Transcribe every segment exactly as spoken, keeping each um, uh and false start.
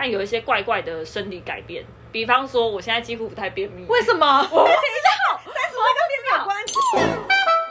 但有一些怪怪的生理改变，比方说我现在几乎不太便秘。 为什么？我不知道，三十岁跟便秘有关系。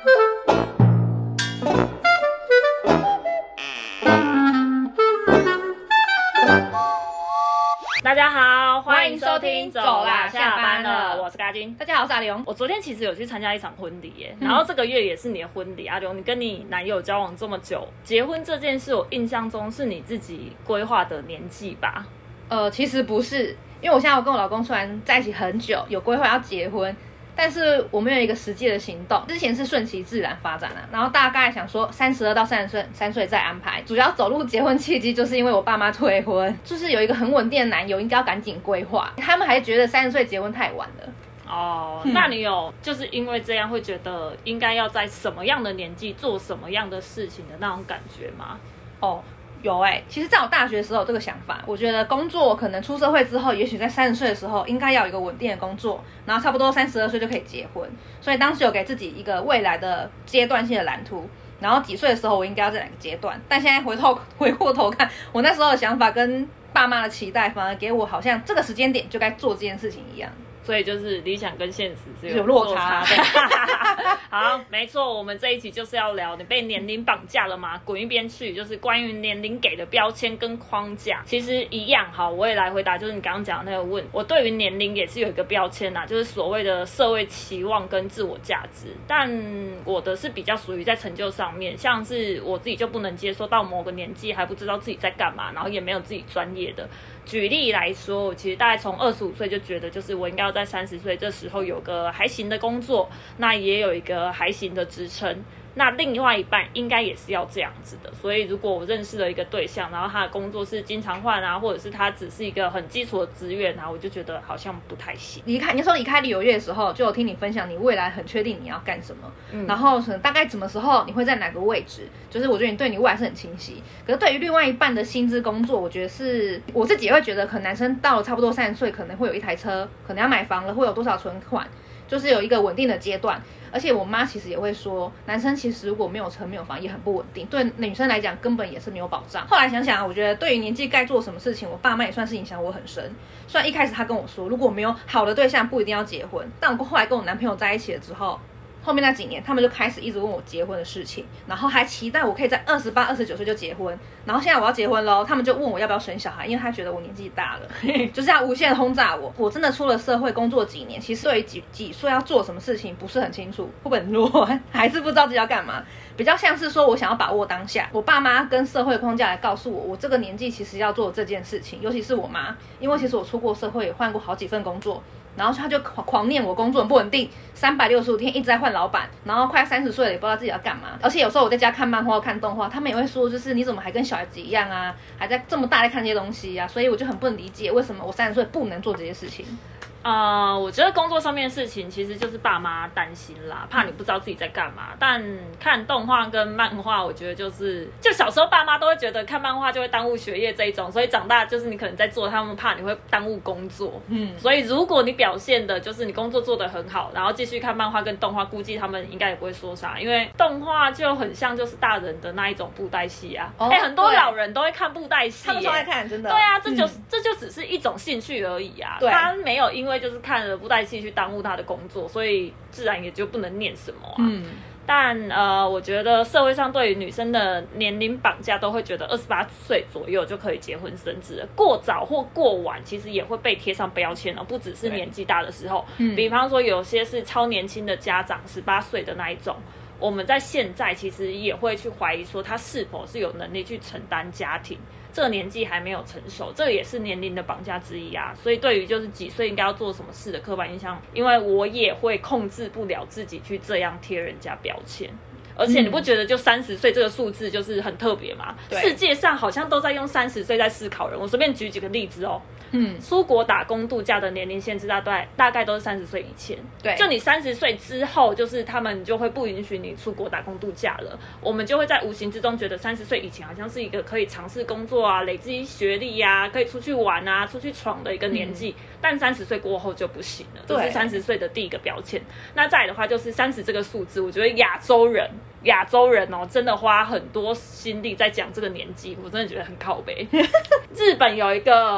大家好，欢迎收听走啦下班了，我是嘎金。 大家好，我是阿刘。 我昨天其实有去参加一场婚礼耶，嗯、然后这个月也是你的婚礼。阿刘，你跟你男友交往这么久，结婚这件事，我印象中是你自己规划的年纪吧？ 呃，其实不是，因为我现在我跟我老公虽然在一起很久，有规划要结婚，但是我没有一个实际的行动。之前是顺其自然发展啊，然后大概想说三十二到三十岁，三岁再安排。主要走入结婚契机，就是因为我爸妈退婚，就是有一个很稳定的男友，应该要赶紧规划。他们还觉得三十岁结婚太晚了。 哦，那你有就是因为这样会觉得应该要在什么样的年纪做什么样的事情的那种感觉吗？ 哦。有哎、欸，其实在我大学的时候有这个想法，我觉得工作可能出社会之后，也许在三十岁的时候应该要有一个稳定的工作，然后差不多三十二岁就可以结婚，所以当时有给自己一个未来的阶段性的蓝图，然后几岁的时候我应该要在哪个阶段，但现在回头回过头看，我那时候的想法跟爸妈的期待，反而给我好像这个时间点就该做这件事情一样。 所以就是理想跟现实是 有, 有落差的。 好，没错，我们这一期就是要聊你被年龄绑架了吗？滚一边去，就是关于年龄给的标签跟框架。其实一样，好，我也来回答，就是你刚刚讲的那个问，我对于年龄也是有一个标签啦，就是所谓的社会期望跟自我价值。但我的是比较属于在成就上面，像是我自己就不能接受到某个年纪还不知道自己在干嘛，然后也没有自己专业的。举例来说，我其实大概从二十五岁就觉得，就是我应该要在三十岁这时候有个还行的工作，那也有一个还行的职称。那另外一半应该也是要这样子的，所以如果我认识了一个对象，然后他的工作是经常换啊，或者是他只是一个很基础的职员啊，我就觉得好像不太行。 离开，你说离开旅游业的时候，就有听你分享你未来很确定你要干什么，嗯、然后可能大概什么时候你会在哪个位置，就是我觉得你对你未来是很清晰。可是对于另外一半的薪资工作，我觉得是我自己也会觉得，可能男生到了差不多三十岁，可能会有一台车，可能要买房了，会有多少存款，就是有一个稳定的阶段。而且我妈其实也会说，男生其实如果没有车没有房也很不稳定，对女生来讲根本也是没有保障。后来想想，我觉得对于年纪该做什么事情，我爸妈也算是影响我很深。虽然一开始他跟我说，如果没有好的对象不一定要结婚，但我后来跟我男朋友在一起了之后，后面那几年他们就开始一直问我结婚的事情，然后还期待我可以在二十八、二十九岁就结婚。然后现在我要结婚咯，他们就问我要不要生小孩，因为他觉得我年纪大了，就是要无限轰炸我。我真的出了社会工作几年，其实对于几几岁要做什么事情不是很清楚，会不会很弱，还是不知道自己要干嘛。比较像是说我想要把握当下，我爸妈跟社会框架来告诉我，我这个年纪其实要做这件事情，尤其是我妈，因为其实我出过社会，也换过好几份工作。然后他就狂念我工作很不稳定，三百六十五天一直在换老板，然后快三十岁了也不知道自己要干嘛。而且有时候我在家看漫画、看动画，他们也会说，就是你怎么还跟小孩子一样啊，还在这么大在看这些东西啊？所以我就很不能理解，为什么我三十岁不能做这些事情。 呃，我觉得工作上面的事情其实就是爸妈担心啦，怕你不知道自己在干嘛。但看动画跟漫画，我觉得就是就小时候爸妈都会觉得看漫画就会耽误学业这一种，所以长大就是你可能在做，他们怕你会耽误工作。嗯，所以如果你表现的就是你工作做得很好，然后继续看漫画跟动画，估计他们应该也不会说啥，因为动画就很像就是大人的那一种布袋戏啊。哎、哦欸，很多老人都会看布袋戏， 他们超爱看，真的。 对啊，这就、嗯、这就只是一种兴趣而已啊。对，他没有因为因为就是看了布袋戏去耽误他的工作，所以自然也就不能念什么啊。嗯，但呃，我觉得社会上对于女生的年龄绑架，都会觉得二十八岁左右就可以结婚生子了，过早或过晚，其实也会被贴上标签了。不只是年纪大的时候，嗯，比方说有些是超年轻的家长，十八岁的那一种。我们在现在其实也会去怀疑说他是否是有能力去承担家庭，这个年纪还没有成熟，这也是年龄的绑架之一啊。所以对于就是几岁应该要做什么事的刻板印象，因为我也会控制不了自己去这样贴人家标签。而且你不觉得就三十岁这个数字就是很特别吗？世界上好像都在用三十岁在思考人。我随便举几个例子哦。嗯，出国打工度假的年龄限制大概大概都是三十岁以前。对，就你三十岁之后，就是他们就会不允许你出国打工度假了。我们就会在无形之中觉得三十岁以前好像是一个可以尝试工作啊、累积学历啊、可以出去玩啊、出去闯的一个年纪。嗯、但三十岁过后就不行了，这是三十岁的第一个标签。那再来的话就是三十这个数字，我觉得亚洲人。亚洲人哦，真的花很多心力在讲这个年纪，我真的觉得很靠北。日本有一个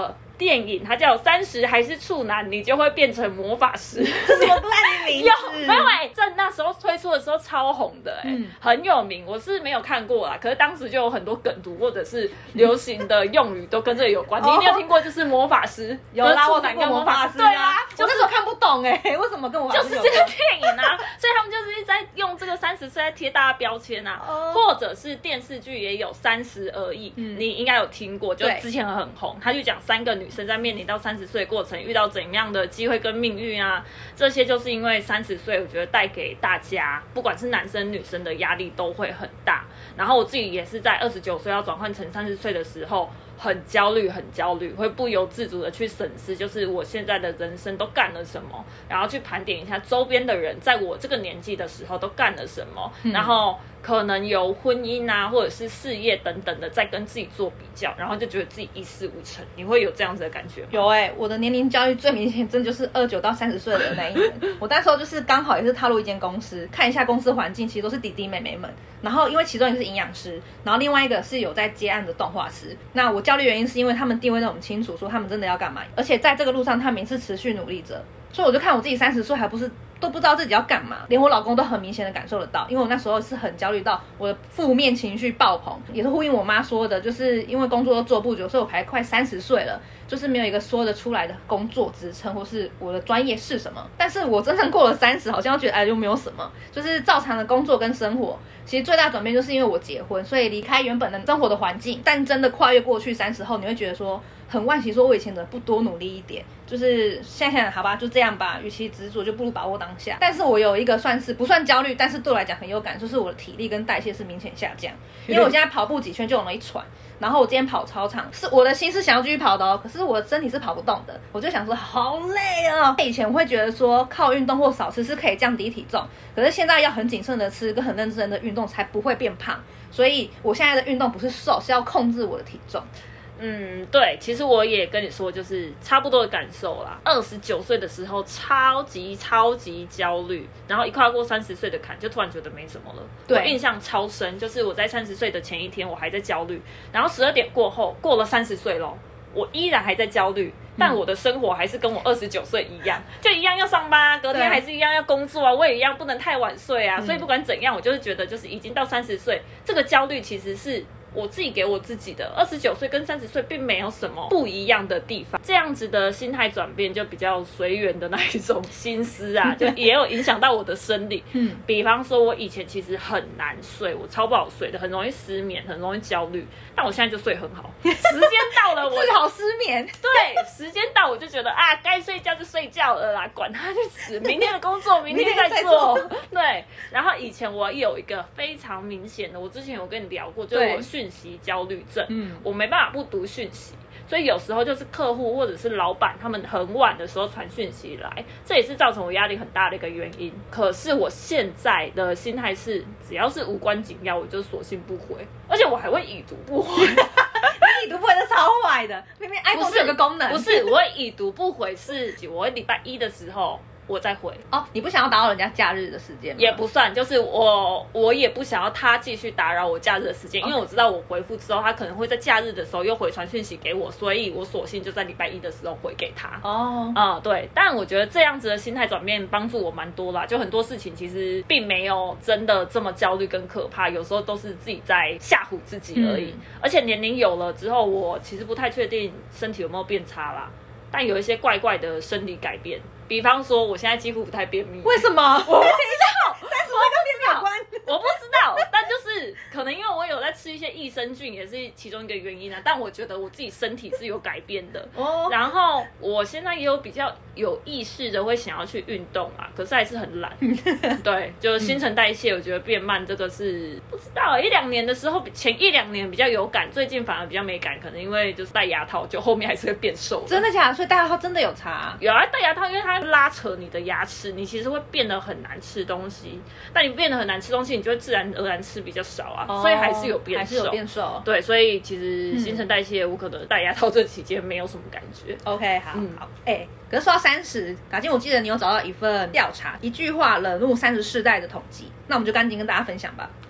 电影，它叫《三十还是处男，你就会变成魔法师》。 这是什么烂名字？ 有没有？哎、欸，这那时候推出的时候超红的、欸，哎、嗯，很有名。我是没有看过啦，可是当时就有很多梗图或者是流行的用语都跟这个有关。你一定有听过，就是魔法师， 有啦，我听过魔法师，对啊， 我那时候看不懂哎、欸，为什么跟魔法师就是这个电影啊？所以他们就是一直在用这个三十岁在贴大家标签啊，哦、或者是电视剧也有三十而已，嗯、你应该有听过，就之前很红，他就讲三个女生在面临到三十岁的过程遇到怎样的机会跟命运啊，这些就是因为三十岁，我觉得带给大家不管是男生女生的压力都会很大。然后我自己也是在二十九岁要转换成三十岁的时候。很焦虑，很焦虑，会不由自主的去审视，就是我现在的人生都干了什么，然后去盘点一下周边的人，在我这个年纪的时候都干了什么，嗯、然后可能有婚姻啊，或者是事业等等的，在跟自己做比较，然后就觉得自己一事无成。你会有这样子的感觉吗？ 有哎、欸，我的年龄焦虑最明显，真的就是二九到三十岁的那一年。我那时候就是刚好也是踏入一间公司，看一下公司环境，其实都是弟弟妹妹们。然后因为其中一个是营养师，然后另外一个是有在接案的动画师。那我焦虑原因是因为他们定位都很清楚，说他们真的要干嘛，而且在这个路上他们也是持续努力着。所以我就看我自己三十岁还不是都不知道自己要干嘛，连我老公都很明显的感受得到，因为我那时候是很焦虑到我的负面情绪爆棚，也是呼应我妈说的，就是因为工作都做不久，所以我才快三十岁了，就是没有一个说得出来的工作职称或是我的专业是什么。但是我真正过了三十，好像觉得哎又没有什么，就是照常的工作跟生活。其实最大转变就是因为我结婚，所以离开原本的生活的环境，但真的跨越过去三十后，你会觉得说很惋惜，说我以前的不多努力一点，就是现在想想好吧，就这样吧，与其执着就不如把握当下。但是我有一个算是不算焦虑，但是对我来讲很有感，就是我的体力跟代谢是明显下降，因为我现在跑步几圈就容易喘，然后我今天跑操场，是我的心是想要继续跑的哦，可是我的身体是跑不动的，我就想说好累哦。以前我会觉得说靠运动或少吃是可以降低体重，可是现在要很谨慎的吃跟很认真的运动才不会变胖，所以我现在的运动不是瘦，是要控制我的体重。 嗯，对，其实我也跟你说，就是差不多的感受啦。二十九岁的时候超级超级焦虑，然后一跨过三十岁的坎，就突然觉得没什么了。对，我印象超深，就是我在三十岁的前一天，我还在焦虑，然后十二点过后，过了三十岁咯，我依然还在焦虑，但我的生活还是跟我二十九岁一样，就一样要上班，隔天还是一样要工作啊，我也一样不能太晚睡啊。所以不管怎样，我就是觉得，就是已经到三十岁，这个焦虑其实是我自己给我自己的。二十九岁跟三十岁并没有什么不一样的地方，这样子的心态转变就比较随缘的那一种心思啊，就也有影响到我的生理。嗯，比方说我以前其实很难睡，我超不好睡的，很容易失眠，很容易焦虑，但我现在就睡很好。时间到了，我治好失眠。 对，时间到我就觉得啊，该睡觉就睡觉了啦，管他去死，明天的工作明天再做。对，然后以前我有一个非常明显的，我之前有跟你聊过，就是我讯息焦虑症，嗯，我没办法不读讯息，所以有时候就是客户或者是老板他们很晚的时候传讯息来，这也是造成我压力很大的一个原因。可是我现在的心态是，只要是无关紧要，我就索性不回，而且我还会已读不回。 你已读不回是超坏的，明明 iPhone 是有个功能， 不是，我会已读不回是我会礼拜一的时候我再回。 哦，你不想要打扰人家假日的时间吗？ 也不算，就是我我也不想要他继续打扰我假日的时间，因为我知道我回复之后，他可能会在假日的时候又回传讯息给我，所以我索性就在礼拜一的时候回给他。哦，啊、嗯，对，但我觉得这样子的心态转变帮助我蛮多啦，就很多事情其实并没有真的这么焦虑跟可怕，有时候都是自己在吓唬自己而已。嗯、而且年龄有了之后，我其实不太确定身体有没有变差啦，但有一些怪怪的生理改变。比方说，我现在几乎不太便秘。 为什么？我不知道，三十岁跟便秘有关。 我不知道，但就是可能因为我有在吃一些益生菌，也是其中一个原因啊。但我觉得我自己身体是有改变的。哦。然后我现在也有比较有意识的会想要去运动啊，可是还是很懒。对，就新陈代谢，我觉得变慢，这个是不知道一两年的时候，前一两年比较有感，最近反而比较没感，可能因为就是戴牙套，就后面还是会变瘦。 真的假的？所以戴牙套真的有差啊？ 有啊，戴牙套因为它拉扯你的牙齿，你其实会变得很难吃东西。但你变得很难吃东西，你就会自然而然吃比较少啊，哦、所以还是有变瘦， 还是有变瘦。 对，所以其实新陈代谢，我可能戴牙套这期间没有什么感觉。 OK， 好，嗯、好，哎、欸，可是说到三十，嘎金，我记得你有找到一份调查，一句话惹怒三十世代的统计，那我们就赶紧跟大家分享吧。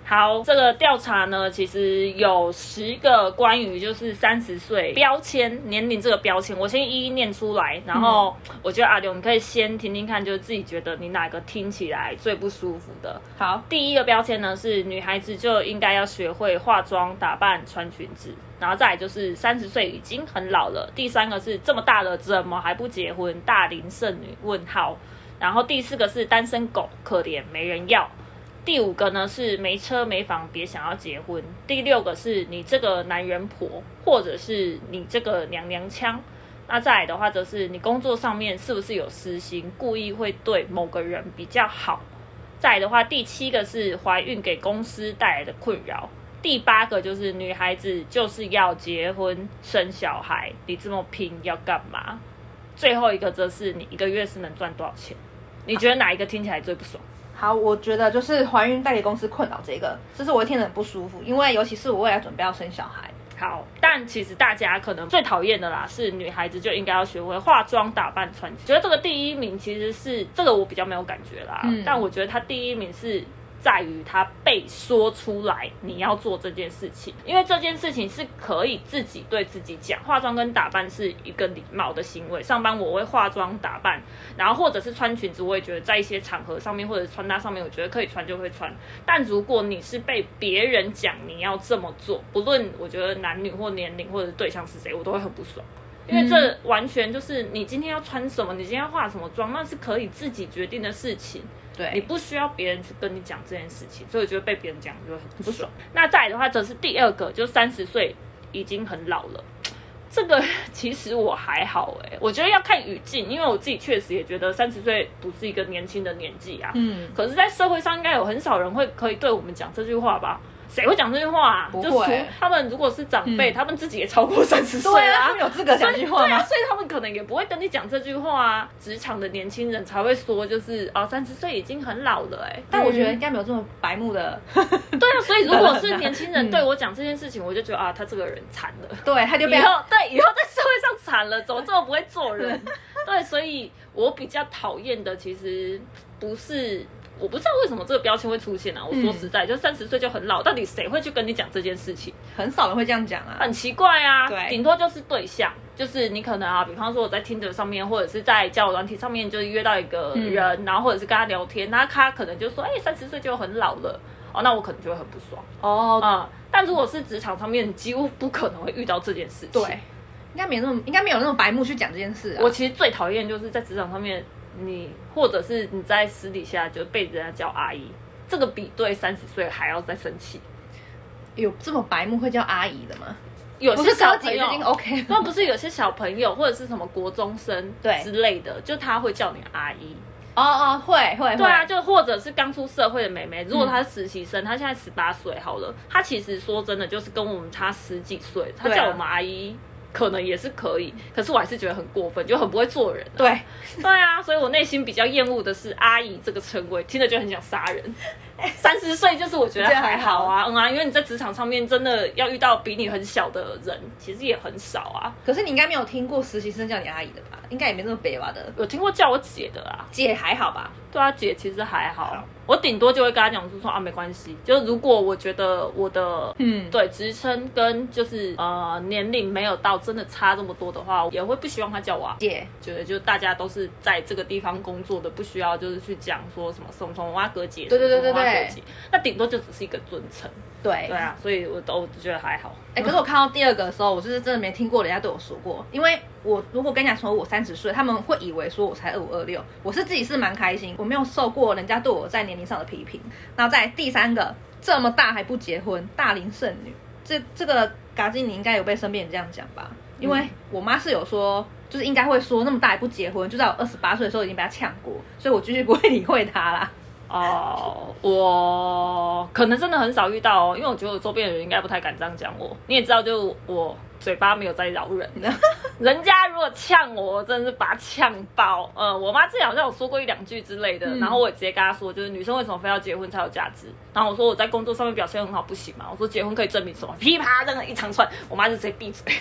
好，这个调查呢，其实有十个关于就是三十岁标签年龄这个标签，我先一一念出来，然后我觉得阿刘你可以先听听看，就是自己觉得你哪个听起来最不舒服的。 好， 第一个标签呢是女孩子就应该要学会化妆、打扮、穿裙子，然后再来就是三十岁已经很老了。第三个是这么大了怎么还不结婚？大龄剩女？问号。然后第四个是单身狗，可怜没人要。第五个呢是没车没房别想要结婚。第六个是你这个男人婆，或者是你这个娘娘腔。那再来的话则是你工作上面是不是有私心，故意会对某个人比较好。再来的话第七个是怀孕给公司带来的困扰。第八个就是女孩子就是要结婚生小孩，你这么拼要干嘛？最后一个则是你一个月是能赚多少钱？你觉得哪一个听起来最不爽？ 好，我觉得就是怀孕带给公司困扰这个，这是我会听得很不舒服，因为尤其是我未来准备要生小孩。 好，但其实大家可能最讨厌的啦，是女孩子就应该要学会化妆、打扮、穿裙。觉得这个第一名其实是这个我比较没有感觉啦，嗯、但我觉得他第一名是在于他被说出来你要做这件事情，因为这件事情是可以自己对自己讲。化妆跟打扮是一个礼貌的行为，上班我会化妆打扮，然后或者是穿裙子，我也觉得在一些场合上面或者穿搭上面，我觉得可以穿就会穿。但如果你是被别人讲你要这么做，不论我觉得男女或年龄或者对象是谁，我都会很不爽。因为这完全就是你今天要穿什么，你今天要化什么妆，那是可以自己决定的事情。 对， 你不需要别人去跟你讲这件事情，所以我觉得被别人讲就会很不爽。那再来的话，则是第二个，就三十岁已经很老了。这个其实我还好哎、欸，我觉得要看语境，因为我自己确实也觉得三十岁不是一个年轻的年纪啊。嗯，可是，在社会上应该有很少人会可以对我们讲这句话吧？谁会讲这句话啊？ 不会， 就他们如果是长辈、嗯，他们自己也超过三十岁啦，他们有资格讲这句话吗？ 对啊，所以他们可能也不会跟你讲这句话啊。职场的年轻人才会说，就是啊，三十岁已经很老了哎、欸。 但我觉得应该没有这么白目的。 对啊，所以如果是年轻人对我讲这件事情，我就觉得啊，他这个人惨了。 对，他就以后对以后在社会上惨了，怎么这么不会做人？对，所以我比较讨厌的其实不是。我不知道为什么这个标签会出现啊！我说实在，嗯、就三十岁就很老，到底谁会去跟你讲这件事情？ 很少人会这样讲啊， 很奇怪啊。 对， 顶多就是对象，就是你可能啊，比方说我在 Tinder 上面，或者是在交友软体上面，就是约到一个人，嗯、然后或者是跟他聊天，那他可能就说，哎、欸，三十岁就很老了，哦，那我可能就会很不爽哦。嗯，但如果是职场上面，几乎不可能会遇到这件事情。 对，应该没那么，应该没有那种白目去讲这件事啊。 我其实最讨厌就是在职场上面。你或者是你在私底下就被人家叫阿姨，这个比对三十岁还要再生气。 有这么白目会叫阿姨的吗？ 有些小朋友已经 OK， 那不是有些小朋友或者是什么国中生之类的，就他会叫你阿姨。 哦哦，会会对啊，就或者是刚出社会的妹妹，如果她是实习生，嗯、她现在十八岁好了，她其实说真的就是跟我们差十几岁，她叫我们阿姨。可能也是可以，可是我还是觉得很过分，就很不会做人、啊。 对， 对啊，所以我内心比较厌恶的是阿姨这个称谓，听着就很想杀人。三十岁就是我觉得还好啊，嗯啊，因为你在职场上面真的要遇到比你很小的人，其实也很少啊。 可是你应该没有听过实习生叫你阿姨的吧？应该也没那么北吧的。 有听过叫我姐的啊， 姐还好吧？ 对啊，姐其实还好。好，我顶多就会跟她讲说说啊，没关系。就如果我觉得我的嗯对职称跟就是呃年龄没有到真的差这么多的话，也会不希望她叫我姐。 觉得就大家都是在这个地方工作的，不需要就是去讲说什么什么什么蛙哥姐， 对对对对对， 那顶多就只是一个尊称。 对对啊，所以我都觉得还好。 哎、欸，可是我看到第二个的时候，我就是真的没听过人家对我说过，因为我如果跟人家说我三十岁，他们会以为说我才二五二六，我是自己是蛮开心，我没有受过人家对我在年龄上的批评。然后再第三个，这么大还不结婚，大龄剩女，这这个嘎金你应该有被身边人这样讲吧？因为我妈是有说，就是应该会说那么大还不结婚，就在我二十八岁的时候已经被她呛过，所以我继续不会理会她啦。 哦，我可能真的很少遇到哦，因为我觉得我周边的人应该不太敢这样讲我。你也知道，就我嘴巴没有在饶人，人家如果呛我，我真的是把他呛爆。呃，我妈之前好像有说过一两句之类的，嗯、然后我也直接跟她说，就是女生为什么非要结婚才有价值？然后我说我在工作上面表现很好，不行吗？我说结婚可以证明什么？噼啪，真的一长串，我妈就直接闭嘴。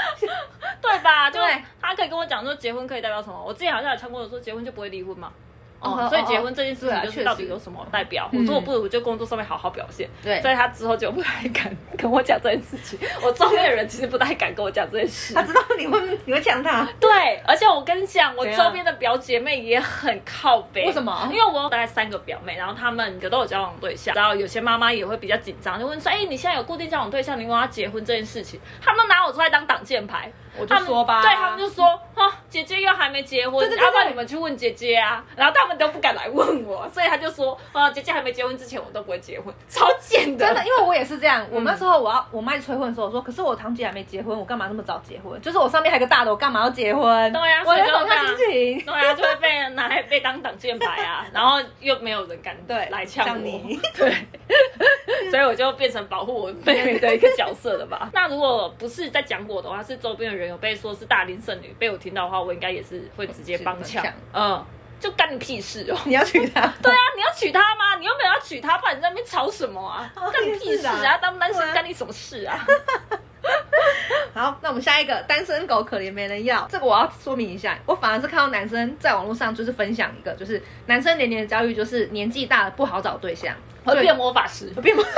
对吧？对，她可以跟我讲说结婚可以代表什么？我之前好像有呛过我说结婚就不会离婚嘛。 哦，所以结婚这件事情就是到底有什么代表？我说我不如就工作上面好好表现。对，所以他之后就不太敢跟我讲这件事情。我周边的人其实不太敢跟我讲这件事。 他知道你会你会呛他。 对，而且我跟你讲，我周边的表姐妹也很靠北。 为什么？ 因为我有大概三个表妹，然后她们都有交往对象，然后有些妈妈也会比较紧张，就问说：“哎、欸，你现在有固定交往对象，你问他结婚这件事情，他们都拿我出来当挡箭牌。” 我就说吧， 对他们就说啊，姐姐又还没结婚，要不然你们去问姐姐啊。然后他们都不敢来问我，所以他就说啊，姐姐还没结婚之前，我都不会结婚，超贱的。 真的，因为我也是这样。我那时候我要我妈催婚的时候，我说，可是我堂姐还没结婚，我干嘛那么早结婚？就是我上面还有个大的，我干嘛要结婚？ 对呀、啊， 我就懂他心情。 对呀、啊，就会被拿来被当挡箭牌啊，然后又没有人敢对来呛我。 你对，所以我就变成保护我妹妹的一个角色了吧。那如果不是在讲我的话，是周边的人有被说是大龄剩女，被我听到的话，我应该也是会直接帮腔。嗯，就干你屁事哦！ 你要娶她？ 对啊，你要娶她吗？你又没有要娶她，不然你在那边吵什么啊？干你屁事啊！当单身干你什么事啊？ 好，那我们下一个单身狗可怜没人要，这个我要说明一下，我反而是看到男生在网络上就是分享一个，就是男生年年的教育就是年纪大了不好找对象， 会变魔法师， 会变魔。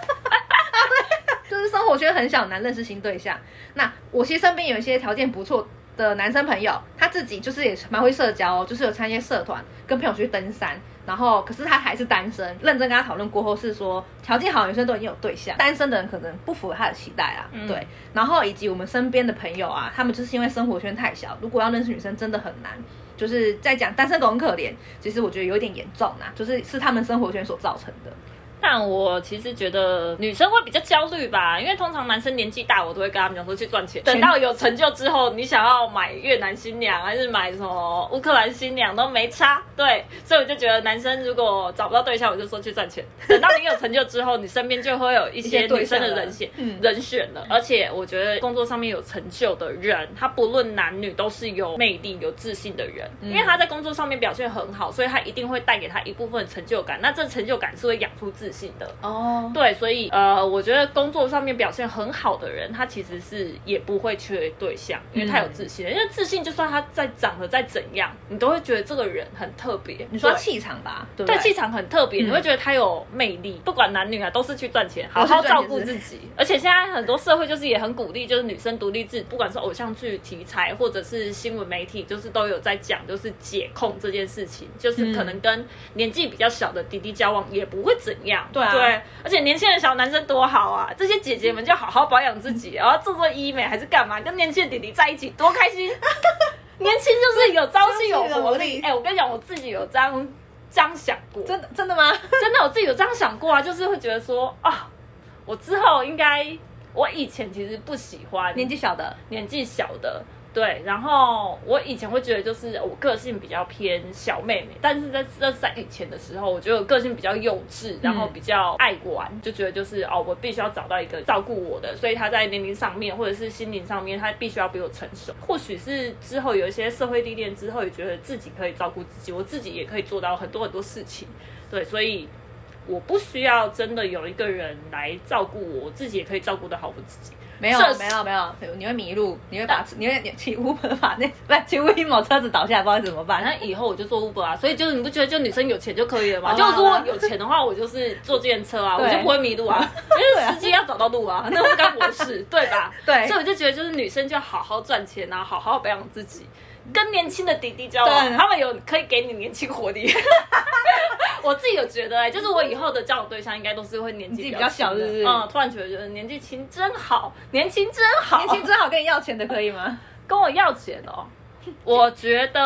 就是生活圈很小，难认识新对象。那我其实身边有一些条件不错的男生朋友，他自己就是也蛮会社交哦，就是有参加社团，跟朋友去登山，然后可是他还是单身。认真跟他讨论过后是说，条件好的女生都已经有对象，单身的人可能不符合他的期待啦。嗯、对，然后以及我们身边的朋友啊，他们就是因为生活圈太小，如果要认识女生真的很难。就是在讲单身狗很可怜，其实我觉得有点严重啦，就是是他们生活圈所造成的。 但我其实觉得女生会比较焦虑吧，因为通常男生年纪大，我都会跟他们讲说去赚钱。等到有成就之后，你想要买越南新娘还是买什么乌克兰新娘都没差。对，所以我就觉得男生如果找不到对象，我就说去赚钱。等到你有成就之后，你身边就会有一些女生的人选、嗯、人选了。而且我觉得工作上面有成就的人，他不论男女都是有魅力、有自信的人，因为他在工作上面表现很好，所以他一定会带给他一部分的成就感。那这成就感是会养出自信的哦， oh. 对，所以呃，我觉得工作上面表现很好的人，他其实是也不会缺对象，因为他有自信。嗯、因为自信，就算他再长得再怎样，你都会觉得这个人很特别。 你说气场吧，对不对？ 对，气场很特别、嗯，你会觉得他有魅力。不管男女啊，都是去赚钱，好好照顾自己。而且现在很多社会就是也很鼓励，就是女生独立自主，不管是偶像剧题材或者是新闻媒体，就是都有在讲，就是解控这件事情，就是可能跟年纪比较小的弟弟交往也不会怎样。对啊。对，而且年轻的小男生多好啊！这些姐姐们就好好保养自己，然后做做医美还是干嘛，跟年轻的弟弟在一起多开心！年轻就是有朝气有活力。哎、欸，我跟你讲，我自己有这样这样想过。 真的真的吗？ 真的，我自己有这样想过啊，就是会觉得说啊，我之后应该，我以前其实不喜欢年纪小的， 年纪小的。对，然后我以前会觉得，就是我个性比较偏小妹妹，但是在这在以前的时候，我觉得我个性比较幼稚，然后比较爱玩，就觉得就是哦，我必须要找到一个照顾我的，所以他在年龄上面或者是心灵上面，他必须要比我成熟。或许是之后有一些社会历练之后，也觉得自己可以照顾自己，我自己也可以做到很多很多事情。对，所以我不需要真的有一个人来照顾我，我自己也可以照顾得好我自己。 没有没有没有，你会迷路，你会把你会骑 Uber 把那不骑 Waymo 车子倒下来，不知道怎么办。 那以后我就做 Uber 啊，所以就是你不觉得就女生有钱就可以了吗？就如果有钱的话，我就是坐计程车啊，我就不会迷路啊，因为司机要找到路啊，那不干我的事，对吧？ 对， 所以我就觉得就是女生就好好赚钱啊，好好保养自己。跟年轻的弟弟交往，他们有可以给你年轻活力。我自己有觉得、欸，就是我以后的交往对象应该都是会年纪比较小的，是不是？嗯，突然觉得觉得年纪轻真好，年轻真好， 年轻真好，跟你要钱的可以吗？ 跟我要钱哦，我觉得、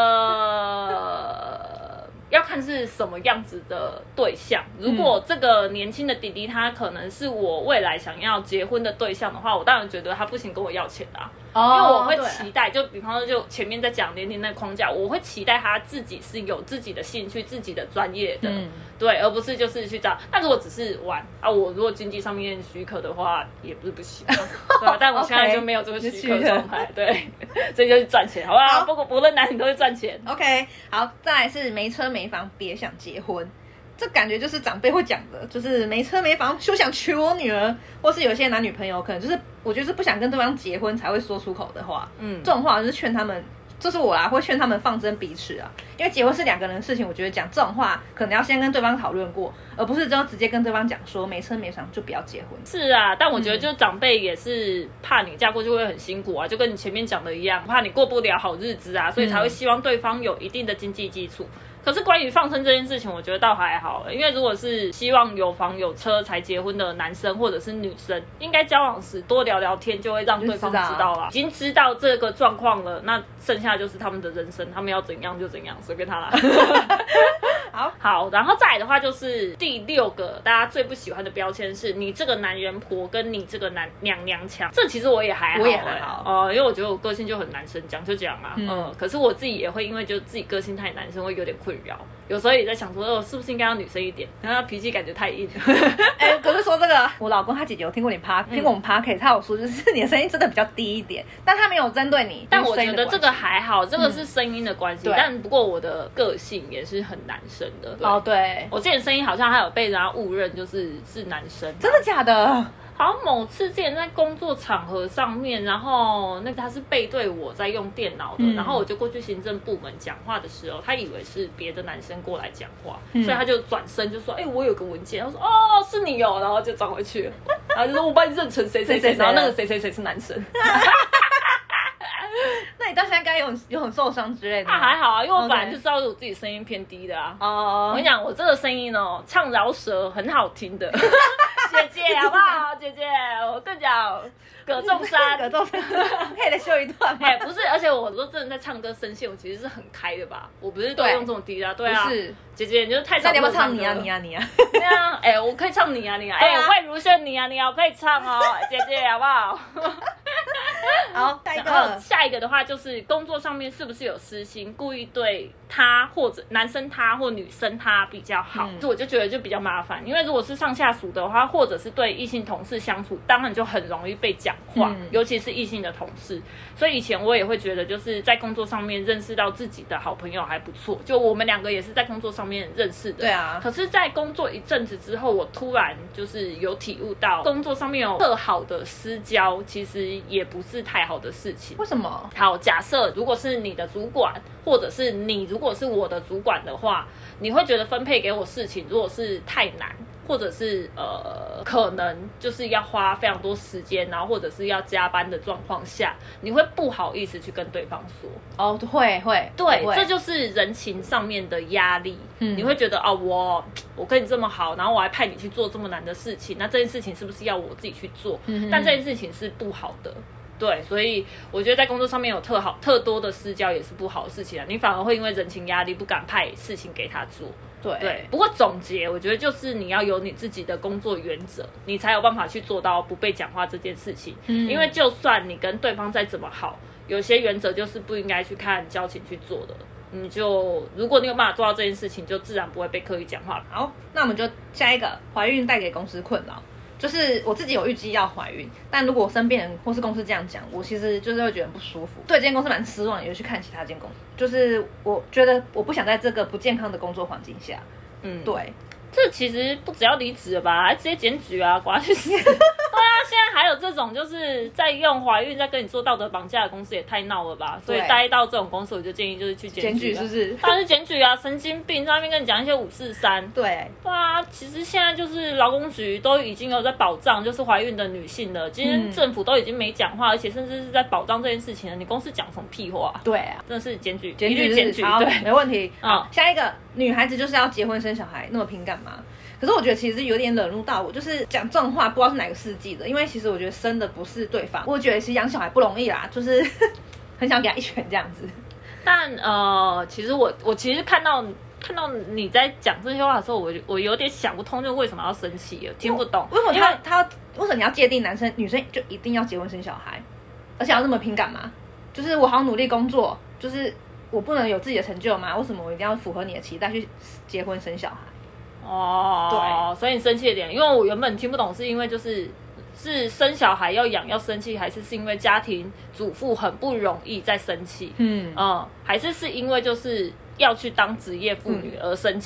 呃、要看是什么样子的对象。如果这个年轻的弟弟他可能是我未来想要结婚的对象的话，我当然觉得他不行跟我要钱的啊。因为我会期待，就比方说，就前面在讲年龄那个框架，我会期待他自己是有自己的兴趣、自己的专业的，嗯、对，而不是就是去找。那如果只是玩啊，我如果经济上面许可的话，也不是不行，对吧？但我现在就没有这个许可状态，对，所以就是赚钱，好不好？不过不论男女都会赚钱。 OK， 好，再来是没车没房，别想结婚。这感觉就是长辈会讲的，就是没车没房就想娶我女儿，或是有些男女朋友可能就是我觉得是不想跟对方结婚才会说出口的话，嗯，这种话就是劝他们这是我啦，会劝他们放真彼此啊，因为结婚是两个人的事情，我觉得讲这种话可能要先跟对方讨论过，而不是之后直接跟对方讲说没车没房就不要结婚。 是啊，但我觉得就长辈也是怕你嫁过去会很辛苦啊，就跟你前面讲的一样，怕你过不了好日子啊，所以才会希望对方有一定的经济基础。可是关于放生这件事情，我觉得倒还好，因为如果是希望有房有车才结婚的男生或者是女生，应该交往时多聊聊天，就会让对方知道了，已经知道这个状况了，那剩下就是他们的人生，他们要怎样就怎样，随便他啦。好好，然后再来的话就是第六个大家最不喜欢的标签是你这个男人婆跟你这个男娘娘腔，这其实我也还好、欸， 我也还好， 呃，因为我觉得我个性就很男生，讲就讲啊，嗯、呃，可是我自己也会因为就自己个性太男生，会有点困扰，有时候也在想说，哦，是不是应该要女生一点？然后他脾气感觉太硬。 哎、欸，可是说这个，我老公他姐姐有听过你 P， 听过我们 Podcast，、嗯、他有说就是你的声音真的比较低一点，但他没有针对你， 但我觉得这个还好，这个是声音的关系、嗯，但不过我的个性也是很男生的。 哦，对， 我之前声音好像还有被人家误认就是是男生， 真的假的？ 好像某次之前在工作场合上面，然后那个他是背对我在用电脑的、嗯，然后我就过去行政部门讲话的时候，他以为是别的男生过来讲话、嗯，所以他就转身就说：“哎、欸，我有个文件。”他说：“哦，是你哦。”然后就转回去了，然后就说：“我把你认成谁谁谁。”然后那个谁谁谁是男生。 那你到现在该有有很受伤之类的吗？ 那、啊、还好啊，因为我本来就知道我自己声音偏低的啊。哦、okay. 我跟你讲，我这个声音哦，唱饶舌很好听的。姐姐好不好？姐姐，我跟你讲，葛仲山， 葛仲山，可以来秀一段吗？ 哎、欸，不是，而且我说真的在唱歌声线，我其实是很开的吧？我不是都用这种低啊？对啊，不是，姐姐你就是太少。 那你要不要唱你啊你啊你啊？ 对啊，哎、欸，我可以唱你啊你啊，哎、欸，我会如轩你啊你啊，我可以唱哦，姐姐好不好？ 好，下一个， 然后下一个的话就是工作上面是不是有私心，故意对他或者男生他或女生他比较好，嗯、我就觉得就比较麻烦，因为如果是上下属的话，或者是对异性同事相处，当然就很容易被讲话、嗯，尤其是异性的同事。所以以前我也会觉得，就是在工作上面认识到自己的好朋友还不错，就我们两个也是在工作上面认识的。 对啊。 可是，在工作一阵子之后，我突然就是有体悟到，工作上面有特好的私交，其实也不是太好的事情。 为什么？ 好，假设如果是你的主管，或者是你如果是我的主管的话，你会觉得分配给我事情如果是太难，或者是呃可能就是要花非常多时间，然后或者是要加班的状况下，你会不好意思去跟对方说。 哦，会会， 对，这就是人情上面的压力。嗯，你会觉得哦，我我跟你这么好，然后我还派你去做这么难的事情，那这件事情是不是要我自己去做？嗯，但这件事情是不好的。对，所以我觉得在工作上面有特好特多的私交也是不好的事情啊，你反而会因为人情压力不敢派事情给他做。对对，不过总结我觉得就是你要有你自己的工作原则，你才有办法去做到不被讲话这件事情。嗯，因为就算你跟对方再怎么好，有些原则就是不应该去看交情去做的。你就如果你有办法做到这件事情，就自然不会被刻意讲话。 好，那我们就下一个，怀孕带给公司困扰。就是我自己有预计要怀孕，但如果我身边人或是公司这样讲，我其实就是会觉得很不舒服，对这间公司蛮失望，也就去看其他间公司。就是我觉得我不想在这个不健康的工作环境下，嗯，对。 这其实不只要离职了吧，还直接检举啊，管他去死！对啊，现在还有这种就是在用怀孕在跟你做道德绑架的公司也太闹了吧！所以待到这种公司，我就建议就是去检举， 检举是不是？ 当然是检举啊，神经病，在那边跟你讲一些五四三。 对， 对啊，其实现在就是劳工局都已经有在保障，就是怀孕的女性了。今天政府都已经没讲话，而且甚至是在保障这件事情了，你公司讲什么屁话？ 对啊， 真的是检举， 检举检举，对， 没问题。好，下一个，女孩子就是要结婚生小孩，那么拼干嘛？可是我觉得其实有点惹怒到我，就是讲这种话不知道是哪个世纪的，因为其实我觉得生的不是对方，我觉得其实养小孩不容易啦，就是很想给他一拳这样子。 但呃，其实我我其实看到看到你在讲这些话的时候，我我有点想不通，就为什么要生气了，听不懂。 为什么他他为什么你要界定男生女生就一定要结婚生小孩，而且要那么拼干嘛？就是我好努力工作，就是我不能有自己的成就吗？为什么我一定要符合你的期待去结婚生小孩？ 哦，对，所以你生气的点，因为我原本听不懂，是因为就是是生小孩要养要生气，还是是因为家庭主妇很不容易在生气？嗯嗯，还是是因为就是要去当职业妇女而生气？嗯，因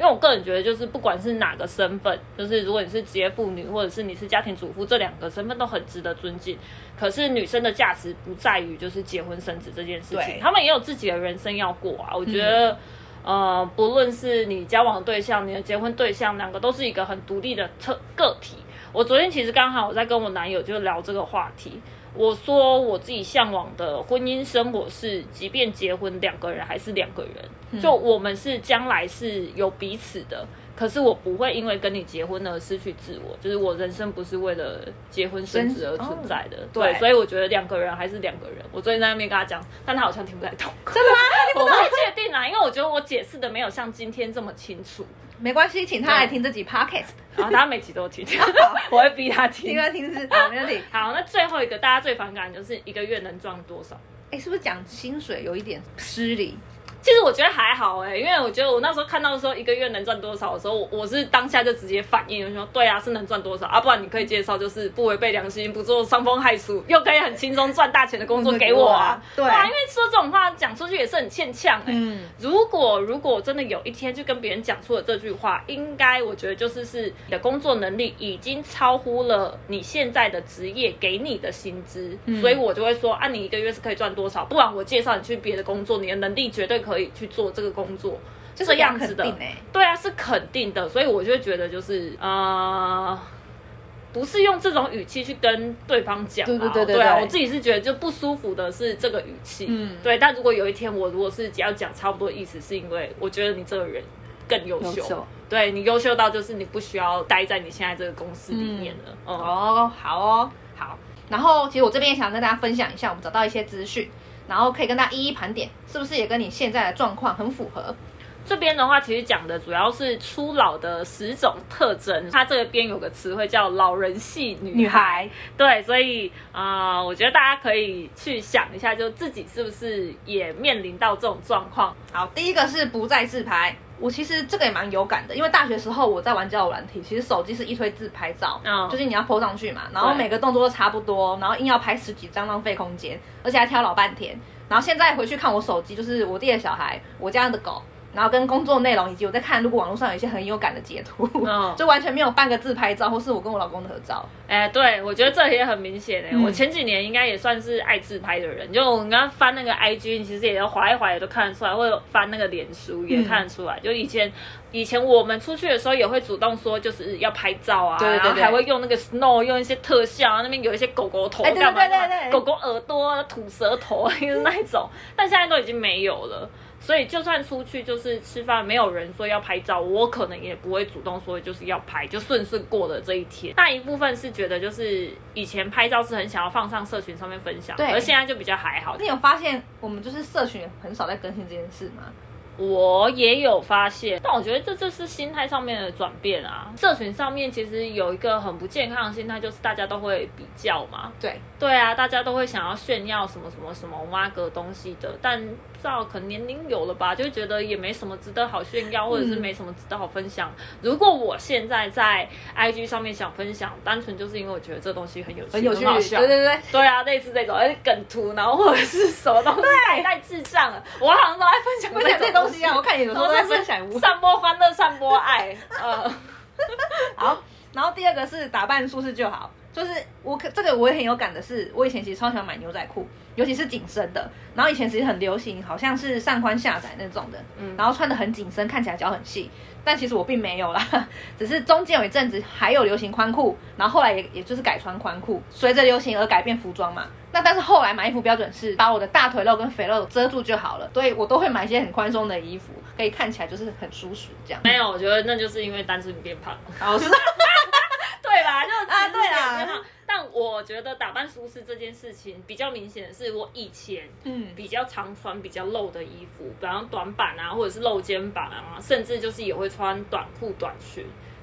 因为我个人觉得，就是不管是哪个身份，就是如果你是职业妇女，或者是你是家庭主妇，这两个身份都很值得尊敬。可是女生的价值不在于就是结婚生子这件事情，她们也有自己的人生要过啊。我觉得，嗯、呃，不论是你交往的对象，你的结婚对象，两个都是一个很独立的特个体。我昨天其实刚好我在跟我男友就聊这个话题。我说我自己向往的婚姻生活是，即便结婚两个人还是两个人，嗯、就我们是将来是有彼此的，可是我不会因为跟你结婚而失去自我，就是我人生不是为了结婚生子而存在的。哦、对，所以我觉得两个人还是两个人。我昨天在那边跟他讲，但他好像听不太懂。 真的吗？ 我不太确定啊，因为我觉得我解释的没有像今天这么清楚。 没关系，请他来听这集 podcast， 然后他每集都听，我会逼他听， 听他听是好，没问题。 好，那最后一个大家最反感的就是一个月能赚多少？ 哎，是不是讲薪水有一点失礼？ 其实我觉得还好哎、欸，因为我觉得我那时候看到的时候一个月能赚多少的时候，我我是当下就直接反应，我说对啊，是能赚多少啊？不然你可以介绍就是不违背良心、不做伤风害俗，又可以很轻松赚大钱的工作给我啊。 对啊，因为说这种话讲出去也是很欠呛哎、欸。嗯，如果如果真的有一天就跟别人讲出了这句话，应该我觉得就是是你的工作能力已经超乎了你现在的职业给你的薪资，嗯、所以我就会说啊，你一个月是可以赚多少？不然我介绍你去别的工作，你的能力绝对可以去做这个工作，这样子的， 欸、 对啊，是肯定的，所以我就觉得就是呃，不是用这种语气去跟对方讲、啊， 对对对 对, 对啊，我自己是觉得就不舒服的是这个语气，嗯，对。但如果有一天我如果是只要讲差不多意思，是因为我觉得你这个人更优秀，秀对你优秀到就是你不需要待在你现在这个公司里面了。嗯，嗯哦，好哦，好。然后其实我这边也想跟大家分享一下，我们找到一些资讯。然后可以跟大家一一盘点，是不是也跟你现在的状况很符合？ 这边的话，其实讲的主要是初老的十种特征。它这边有个词汇叫“老人系女孩”， 女孩对，所以啊、呃，我觉得大家可以去想一下，就自己是不是也面临到这种状况。 好，第一个是不再自拍。我其实这个也蛮有感的，因为大学时候我在玩交友软体，其实手机是一推自拍照，嗯、就是你要 po 上去嘛，然后每个动作都差不多，然后硬要拍十几张，浪费空间，而且还挑老半天。然后现在回去看我手机，就是我弟的小孩，我家的狗，然后跟工作内容，以及我在看，如果网络上有一些很有感的截图，嗯、就完全没有半个自拍照，或是我跟我老公的合照。 哎、欸，对，我觉得这也很明显哎、欸。嗯、我前几年应该也算是爱自拍的人，就我刚刚翻那个 I G， 其实也要滑一滑也都看得出来，或者翻那个脸书也看得出来。嗯、就以前以前我们出去的时候也会主动说就是要拍照啊， 对对对对， 然后还会用那个 snow 用一些特效啊，那边有一些狗狗头干嘛干嘛，欸、对对对对，狗狗耳朵、吐舌头就是那一种，但现在都已经没有了。所以就算出去就是吃饭，没有人说要拍照，我可能也不会主动说就是要拍，就顺顺过了这一天。那一部分是觉得就是以前拍照是很想要放上社群上面分享，对，而现在就比较还好。 你有发现我们就是社群很少在更新这件事吗？ 我也有发现，但我觉得这就是心态上面的转变啊。社群上面其实有一个很不健康的心态，就是大家都会比较嘛。 对对啊，大家都会想要炫耀什么什么什么挖个东西的，但不知道可能年龄有了吧，就觉得也没什么值得好炫耀，或者是没什么值得好分享。嗯、如果我现在在 I G 上面想分享，单纯就是因为我觉得这东西很有趣、 很有趣、 很好笑。 对对对， 对啊，类似这种，而且梗图，然后或者是什么东西太太智障了，我好像都在分享分享这东西啊。我看你有时候都在分享， 散播欢乐，散播爱。呃， 好，然后第二个是打扮舒适就好。就是我可这个我也很有感的是，我以前其实超喜欢买牛仔裤，尤其是紧身的。然后以前其实很流行，好像是上宽下窄那种的，嗯，然后穿得很紧身，看起来脚很细。但其实我并没有啦，只是中间有一阵子还有流行宽裤，然后后来也也就是改穿宽裤，随着流行而改变服装嘛。那但是后来买衣服标准是把我的大腿肉跟肥肉遮住就好了，所以我都会买一些很宽松的衣服，可以看起来就是很舒服这样。 没有，我觉得那就是因为单纯你变胖了。 好是。 对吧？就是啊，对啦。 但我觉得打扮舒适这件事情比较明显的是，我以前嗯比较常穿比较露的衣服，比方短版啊，或者是露肩膀啊，甚至就是也会穿短裤短裙。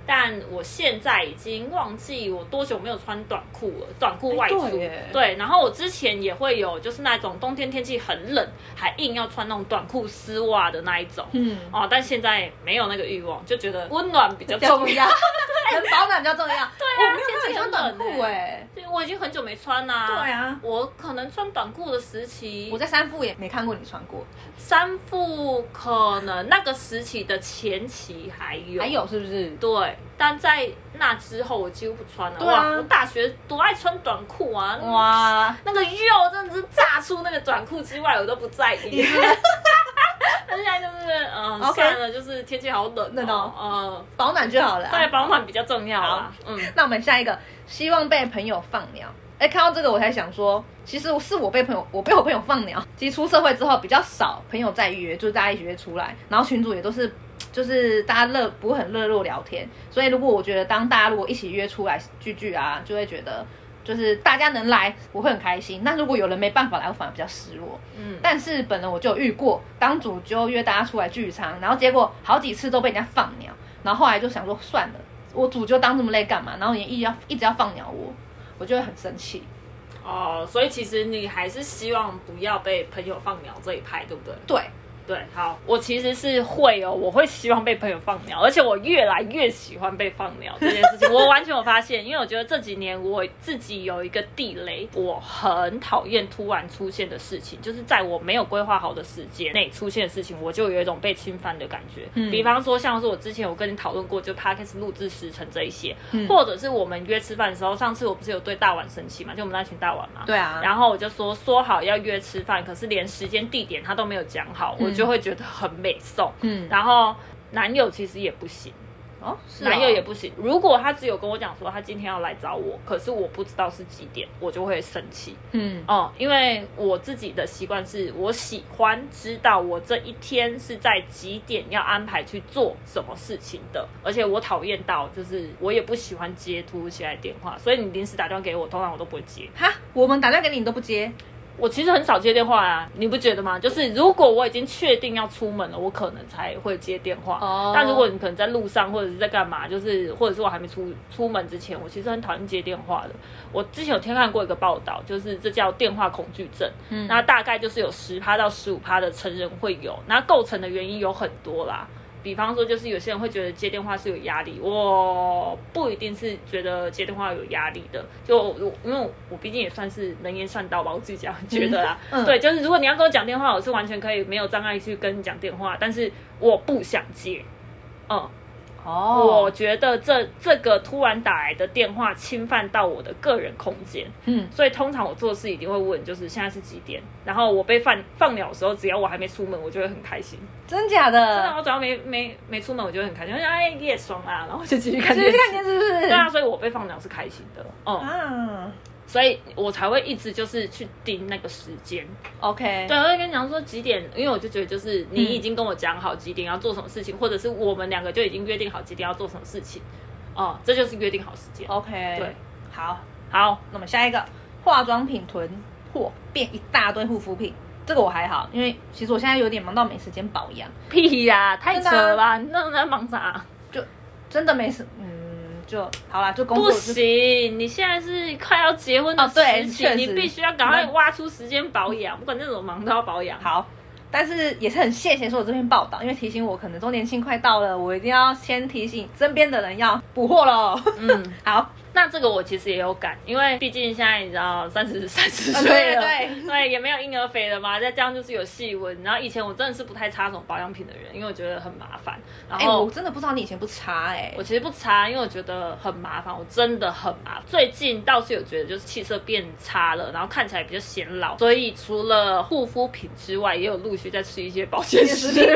但我现在已经忘记我多久没有穿短裤了，短裤外出。 对, 对，然后我之前也会有，就是那种冬天天气很冷，还硬要穿那种短裤丝袜的那一种。嗯，哦，但现在没有那个欲望，就觉得温暖比较重要， 很保暖比较重要。对啊， 我没有看你穿短裤哎， 我已经很久没穿啦、 啊。对啊， 我可能穿短裤的时期， 我在三富也没看过你穿过。 三富可能那个时期的前期还有， 还有是不是？ 对，但在那之后我几乎不穿了。 对啊， 哇，我大学多爱穿短裤啊！ 哇， 那个肉真的是炸出那个短裤之外，我都不在意。但现在就是嗯， okay, 算了，就是天气好冷， 冷哦， 呃， 保暖就好了、啊。 对，保暖比较重要啊。嗯， 那我们下一个，希望被朋友放鸟。哎，看到这个我才想说，其实是我被朋友，我被我朋友放鸟。其实出社会之后比较少朋友再约，就是大家一起约出来，然后群组也都是，就是大家热不会很热络聊天。所以如果我觉得当大家如果一起约出来聚聚啊，就会觉得就是大家能来，我会很开心。那如果有人没办法来，我反而比较失落。嗯，但是本人我就有遇过，当主就约大家出来聚餐，然后结果好几次都被人家放鸟，然后后来就想说算了，我主就当这么累干嘛？然后也一直要一直要放鸟我。我就会很生气哦，所以其实你还是希望不要被朋友放鸟这一派，对不对？ 对对，好，我其实是会哦，我会希望被朋友放鸟，而且我越来越喜欢被放鸟这件事情。我完全有发现，因为我觉得这几年我自己有一个地雷，我很讨厌突然出现的事情，就是在我没有规划好的时间内出现的事情，我就有一种被侵犯的感觉。嗯，比方说像是我之前有跟你讨论过，就 Podcast 录制时程这一些，嗯，或者是我们约吃饭的时候，上次我不是有对大碗生气嘛，就我们那群大碗嘛， 对啊， 然后我就说说好要约吃饭，可是连时间地点他都没有讲好，嗯，我就会觉得很美送。嗯，然后男友其实也不行。 哦，是哦，男友也不行。如果他只有跟我讲说他今天要来找我，可是我不知道是几点，我就会生气。嗯哦，因为我自己的习惯是我喜欢知道我这一天是在几点要安排去做什么事情的，而且我讨厌到就是我也不喜欢接突如其来的电话，所以你临时打电话给我，通常我都不会接。 哈，我们打电话给你，你都不接？ 我其实很少接电话啊，你不觉得吗？就是如果我已经确定要出门了，我可能才会接电话。哦。但如果你可能在路上或者是在干嘛，就是或者是我还没出出门之前，我其实很讨厌接电话的。我之前有听看过一个报道，就是这叫电话恐惧症。嗯。那大概就是有十趴到十五趴的成人会有，那构成的原因有很多啦。比方说，就是有些人会觉得接电话是有压力，我不一定是觉得接电话有压力的，就因为我毕竟也算是能言善道吧，我自己这样觉得啦。嗯嗯、对，就是如果你要跟我讲电话，我是完全可以没有障碍去跟你讲电话，但是我不想接，嗯。哦，我觉得这这个突然打来的电话侵犯到我的个人空间，嗯，所以通常我做事一定会问，就是现在是几点？然后我被放放鸟的时候，只要我还没出门，我就会很开心。 真假的？ 真的，我只要没没没出门，我就会很开心。我想哎，也爽啊，然后就继续看电视， 继续看电视，是不是？ 对啊，所以我被放鸟是开心的，嗯。啊。所以我才会一直就是去盯那个时间 ，OK。 对，我会跟你讲说几点，因为我就觉得就是你已经跟我讲好几点要做什么事情，嗯、或者是我们两个就已经约定好几点要做什么事情，哦，这就是约定好时间 ，OK。 对， 好， 好， 那么下一个化妆品囤货变一大堆护肤品，这个我还好，因为其实我现在有点忙到没时间保养。 屁呀、啊，太扯了吧！你那在忙啥？ 就真的没事，嗯。就好啦，就工作不行。你现在是快要结婚的时期，哦、你必须要赶快挖出时间保养，不管那种忙都要保养。 好，但是也是很谢谢说我这篇报道，因为提醒我可能周年庆快到了，我一定要先提醒身边的人要补货了。嗯，好。 那这个我其实也有感，因为毕竟现在你知道三十三十岁了， 对对对，也没有婴儿肥了嘛，再加上就是有细纹，然后以前我真的是不太擦什么保养品的人，因为我觉得很麻烦。然后、 欸、我真的不知道你以前不擦哎、欸， 我其实不擦，因为我觉得很麻烦，我真的很麻烦。最近倒是有觉得就是气色变差了，然后看起来比较显老，所以除了护肤品之外，也有陆续在吃一些保健食品。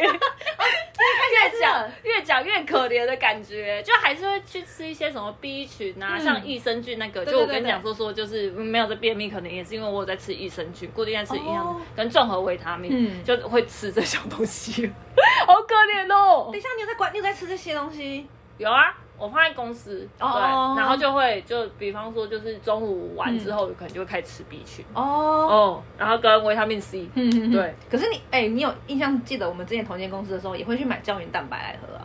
越讲越讲越可怜的感觉，就还是会去吃一些什么 B 群啊，嗯、像益生菌那个，就我跟你讲说说，就是没有在便秘，可能也是因为我有在吃益生菌，固定在吃营养、哦、跟综合维他命，嗯、就会吃这小东西，好可怜哦。 等一下，你有在管，你有在吃这些东西？ 有啊。我放在公司，哦、对，然后就会就比方说，就是中午完之后，嗯、可能就会开始吃 B 群哦，哦，然后跟维他命 C，嗯，对。 可是你，哎、欸，你有印象记得我们之前同间公司的时候，也会去买胶原蛋白来喝啊？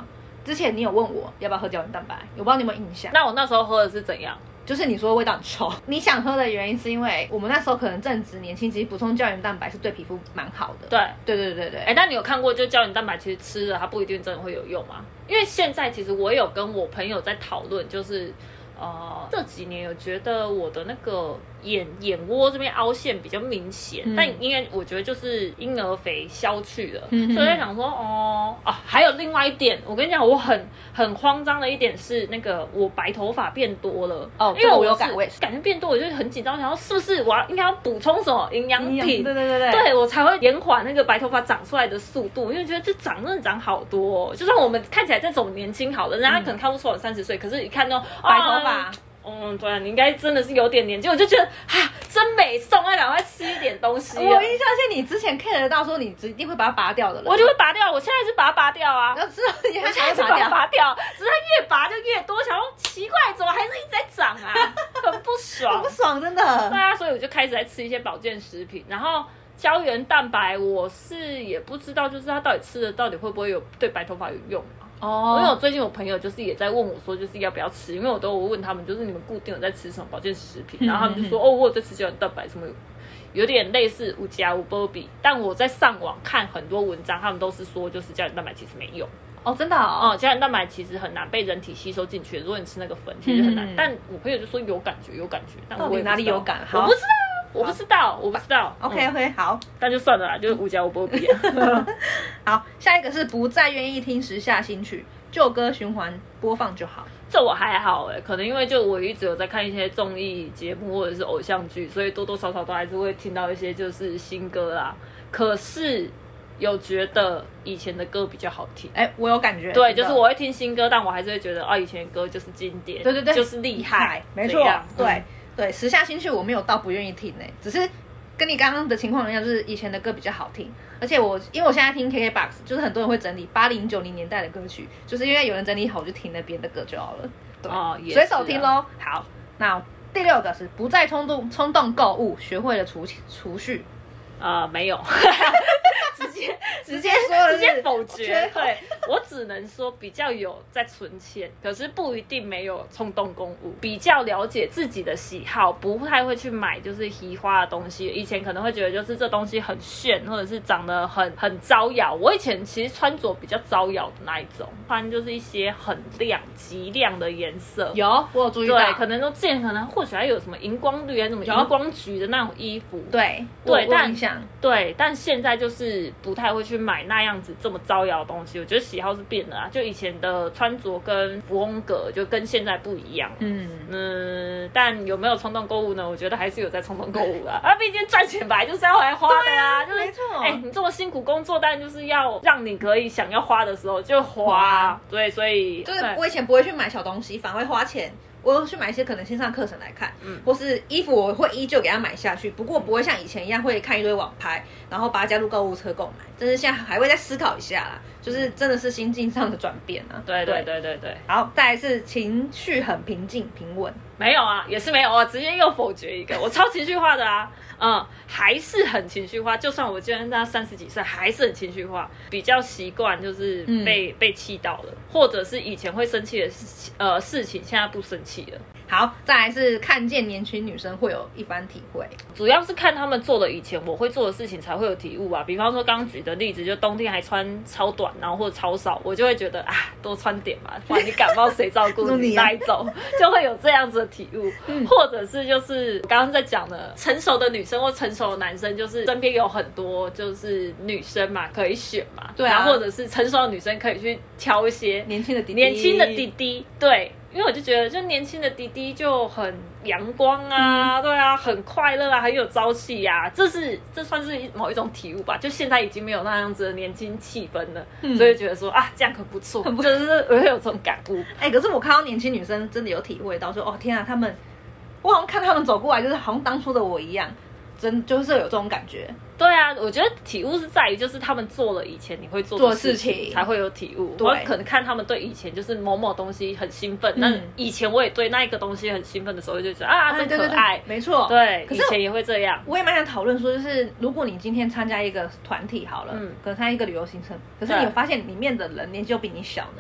之前你有问我要不要喝胶原蛋白，我不知道你有没有印象。 那我那时候喝的是怎样？ 就是你说味道很臭，你想喝的原因是因为我们那时候可能正值年轻，其实补充胶原蛋白是对皮肤蛮好的。 对对对对对。 哎、欸，但你有看过就胶原蛋白其实吃了它不一定真的会有用吗？因为现在其实我有跟我朋友在讨论，就是呃这几年有觉得我的那个眼眼窝这边凹陷比较明显，嗯、但因为我觉得就是婴儿肥消去了，嗯、所以在想说哦啊，还有另外一点，我跟你讲，我很很慌张的一点是那个我白头发变多了哦， 因为我有感觉感觉变多，我就很紧张，想说是不是我要应该要补充什么营养品， 对对对对， 对我才会延缓那个白头发长出来的速度，因为觉得这长真的长好多、哦，就算我们看起来这种年轻好了，人家可能看不出我三十岁，可是一看到、哦、 白头发。 嗯，对啊，你应该真的是有点年纪，我就觉得啊，真美送，要赶快吃一点东西。 我印象是你之前 care 得到说你一定会把它拔掉的人， 我就会拔掉，我现在是把它拔掉啊。 要知道你还现在是把它拔掉，只是它越拔就越多，想说奇怪，怎么还是一直在长啊，很不爽， 很不爽，真的。 对啊，所以我就开始在吃一些保健食品，然后胶原蛋白，我是也不知道，就是它到底吃的到底会不会有对白头发有用。哦，因为我最近我朋友就是也在问我说，就是要不要吃，因为我都有问他们，就是你们固定有在吃什么保健食品，嗯、然后他们就说，哦，我有在吃胶原蛋白，什么有点类似五加五波比，但我在上网看很多文章，他们都是说，就是胶原蛋白其实没用。 哦，真的哦， 哦，胶原蛋白其实很难被人体吸收进去，如果你吃那个粉，其实很难。嗯、但我朋友就说有感觉，有感觉，但我哪里有感？ 我不知道。我不知道，我不知道。 OK OK，、嗯、好， 那就算了啦，就是五加五波比。 好，下一个是不再愿意听时下新曲，旧歌循环播放就好。 这我还好哎、欸，可能因为就我一直有在看一些综艺节目或者是偶像剧，所以多多少少都还是会听到一些就是新歌啦。可是有觉得以前的歌比较好听， 哎、欸，我有感觉。 对，就是我会听新歌，但我还是会觉得啊，以前的歌就是经典， 对对对， 就是厉害， 没错，对。嗯对，时下新曲我没有到不愿意听诶、欸，只是跟你刚刚的情况一样，就是以前的歌比较好听，而且我因为我现在听 K K B O X， 就是很多人会整理八零九零年代的歌曲，就是因为有人整理好，我就听那边的歌就好了。对，哦，随手听咯。好，那第六个是不再冲动冲动购物，学会了储储蓄。 呃，没有。直接直接说直接否决，对，我只能说比较有在存钱，可是不一定没有冲动购物，比较了解自己的喜好，不太会去买就是稀花的东西。以前可能会觉得就是这东西很炫，或者是长得很很招摇。我以前其实穿着比较招摇的那一种，穿就是一些很亮极亮的颜色。 有，我有注意到， 对，可能都见可能或许还有什么荧光绿还是什么荧光橘的那种衣服。 对对，但对， 但现在就是不太会去买那样子这么招摇的东西。我觉得喜好是变了啊，就以前的穿着跟风格就跟现在不一样。嗯嗯，但有没有冲动购物呢？我觉得还是有在冲动购物啦。啊，毕竟赚钱本来就是要来花的啊，就是没错。 哎、欸，你这么辛苦工作，当然就是要让你可以想要花的时候就花。对，所以就是我以前不会去买小东西，反而会花钱。我有去买一些可能线上课程来看，嗯，或是衣服我会依旧给它买下去，不过不会像以前一样会看一堆网拍，然后把它加入购物车购买。但是现在还会再思考一下啦，就是真的是心境上的转变啊。 对对对对对。 好，再来是情绪很平静平稳。 没有啊，也是没有啊，直接又否决一个。我超情绪化的啊，嗯，还是很情绪化。就算我今天到三十几岁，还是很情绪化，比较习惯就是被、嗯、被气到了，或者是以前会生气的事呃事情，现在不生气了。 好，再来是看见年轻女生会有一番体会， 主要是看他们做了以前我会做的事情才会有体悟啊。比方说刚举的例子，就冬天还穿超短，然后或者超少，我就会觉得啊，多穿点嘛，不然你感冒谁照顾你带走，就会有这样子的体悟。嗯、或者是就是我刚刚在讲的，成熟的女生或成熟的男生，就是身边有很多就是女生嘛，可以选嘛， 对啊， 然后或者是成熟的女生可以去挑一些年轻的弟弟， 年轻的弟弟，对。因为我就觉得，就年轻的弟弟就很阳光啊，嗯、对啊，很快乐啊，很有朝气啊，这是这算是某一种体悟吧。就现在已经没有那样子的年轻气氛了，嗯、所以觉得说啊，这样很不错，很不就是我会有这种感悟。 哎、欸，可是我看到年轻女生真的有体会到说，哦天啊，他们，我好像看他们走过来，就是好像当初的我一样。真就是有这种感觉。 对啊，我觉得体悟是在于就是他们做了以前你会做的事情才会有体悟。我可能看他们对以前就是某某东西很兴奋，那、嗯、以前我也对那一个东西很兴奋的时候，就觉得啊，真可爱，对对对， 没错。 对，以前也会这样。 我也蛮想讨论说，就是如果你今天参加一个团体好了，嗯，可能参加一个旅游行程，可是你有发现里面的人年纪又比你小呢？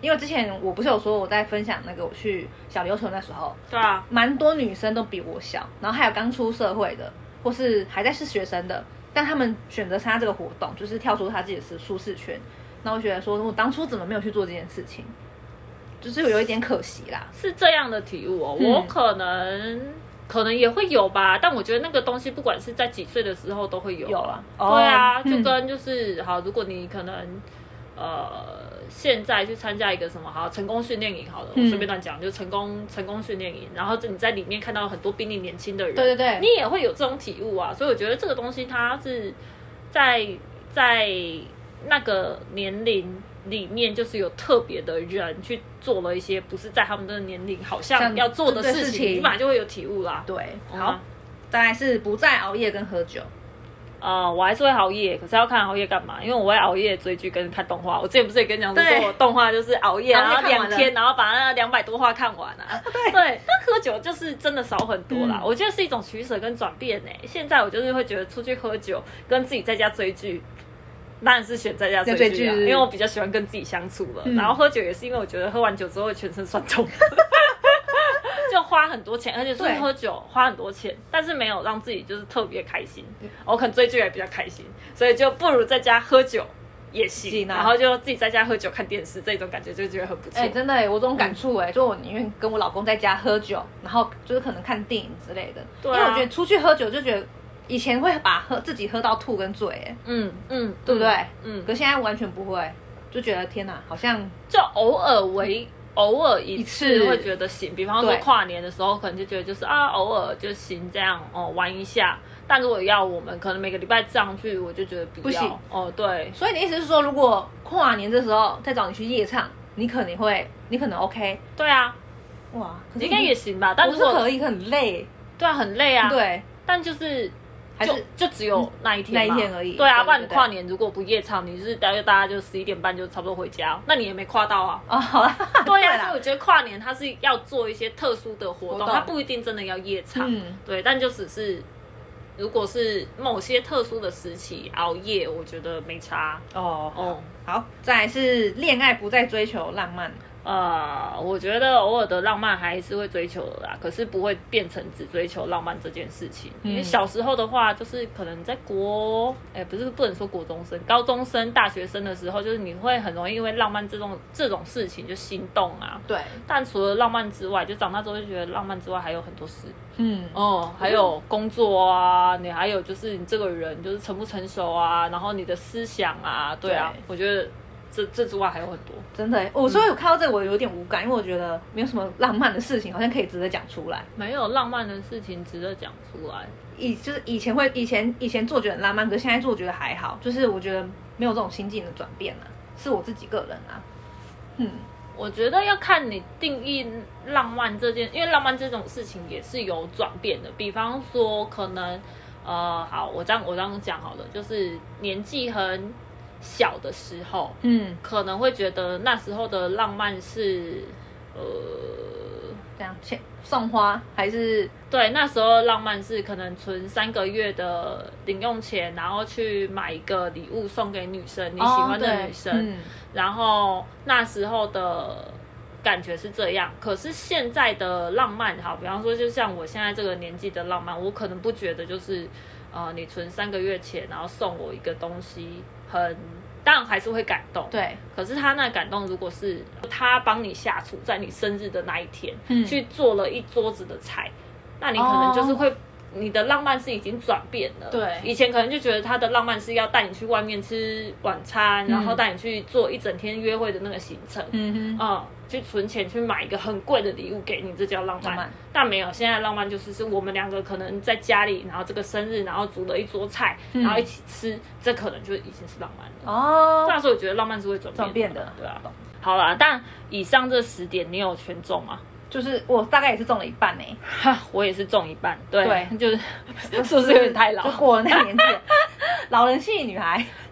因为之前我不是有说我在分享那个我去小琉球那时候， 对啊， 蛮多女生都比我小，然后还有刚出社会的，或是还在是学生的，但他们选择参加这个活动，就是跳出他自己的舒适圈。那我觉得说，我当初怎么没有去做这件事情，就是有一点可惜啦。 是这样的体悟哦，嗯、我可能可能也会有吧，但我觉得那个东西不管是在几岁的时候都会有。 有啊， 对啊，就跟就是、嗯、好，如果你可能呃现在去参加一个什么好成功训练营，好了，我随便乱讲，就成功成功训练营，然后你在里面看到很多比你年轻的人， 对对对， 你也会有这种体悟啊。所以我觉得这个东西它是在在。那个年龄里面，就是有特别的人去做了一些不是在他们的年龄好像要做的事情，你马上就会有体悟啦。 对，好，嗯、再来是不再熬夜跟喝酒。 呃，我还是会熬夜，可是要看熬夜干嘛？因为我会熬夜追剧跟看动画。我之前不是也跟你讲说，我动画就是熬夜，然后两天，然后把那两百多话看完啊。对对，但喝酒就是真的少很多啦。嗯、我觉得是一种取舍跟转变诶、欸。现在我就是会觉得出去喝酒跟自己在家追剧。当然是选在家追剧啊，因为我比较喜欢跟自己相处了。嗯、然后喝酒也是因为我觉得喝完酒之后全身酸痛，就花很多钱，而且是喝酒花很多钱，但是没有让自己就是特别开心。我可能追剧也比较开心，所以就不如在家喝酒也行，然后就自己在家喝酒看电视，这种感觉就觉得很不错。 哎、欸，真的哎，我这种感触哎，嗯、就我宁愿跟我老公在家喝酒，然后就是可能看电影之类的，对啊、因为我觉得出去喝酒就觉得。以前会把喝自己喝到吐跟醉、欸，嗯嗯，对不对？嗯，可现在完全不会，就觉得天哪，好像就偶尔为偶尔一次会觉得行，比方说跨年的时候，可能就觉得就是啊，偶尔就行这样哦玩一下。但如果要我们可能每个礼拜这样去，我就觉得不要不行哦。对， 所以你意思是说，如果跨年的时候再找你去夜唱，你可能会，你可能 OK？ 对啊， 哇，可是应该也行吧？但不是可以，很累。 对啊，很累啊。 对， 但就是。就就只有那一天那一天而已。 对啊，不然你跨年如果不夜唱，你就是大家大家就十一点半就差不多回家，那你也没跨到啊。 哦，好啦。 对啊，所以我觉得跨年它是要做一些特殊的活动，它不一定真的要夜唱。嗯，对，但就只是如果是某些特殊的时期熬夜，我觉得没差。 哦哦，好，再来是恋爱不再追求浪漫。 呃，我觉得偶尔的浪漫还是会追求的啦，可是不会变成只追求浪漫这件事情。嗯、因为小时候的话，就是可能在国，哎，不是不能说国中生、高中生、大学生的时候，就是你会很容易因为浪漫这种这种事情就心动啊。 对。 但除了浪漫之外，就长大之后就觉得浪漫之外还有很多事。嗯。哦，还有工作啊，你还有就是你这个人就是成不成熟啊，然后你的思想啊，对啊，对我觉得。这这之外还有很多， 真的，我所以我看到这个我有点无感，因为我觉得没有什么浪漫的事情，好像可以值得讲出来。 没有浪漫的事情值得讲出来。 以就是以前会以前以前做觉得很浪漫，可是现在做觉得还好，就是我觉得没有这种心境的转变啊，是我自己个人啊。 嗯，我觉得要看你定义浪漫这件，因为浪漫这种事情也是有转变的。比方说，可能呃，好，我这样我这样讲好了，就是年纪很。小的时候，嗯，可能会觉得那时候的浪漫是，呃， 这样送花还是对，那时候浪漫是可能存三个月的零用钱，然后去买一个礼物送给女生，你喜欢的女生，哦嗯、然后那时候的感觉是这样。可是现在的浪漫，好，比方说，就像我现在这个年纪的浪漫，我可能不觉得就是，呃，你存三个月钱，然后送我一个东西。很，当然还是会感动， 对。 可是他那感动，如果是他帮你下厨，在你生日的那一天，嗯，去做了一桌子的菜，那你可能就是会，哦、你的浪漫是已经转变了。 对， 以前可能就觉得他的浪漫是要带你去外面吃晚餐，嗯、然后带你去做一整天约会的那个行程，嗯哼，嗯。去存钱去买一个很贵的礼物给你，这叫浪漫。浪漫但没有，现在的浪漫就是是我们两个可能在家里，然后这个生日，然后煮了一桌菜，嗯、然后一起吃，这可能就已经是浪漫了。哦，那时候我觉得浪漫是会转变的， 变的， 对啊。好啦，但以上这十点你有全中吗？ 就是我大概也是中了一半呢、欸。 哈，我也是中一半，对，对就是是不是有点太老？ 就过了那个年纪，老人系女孩。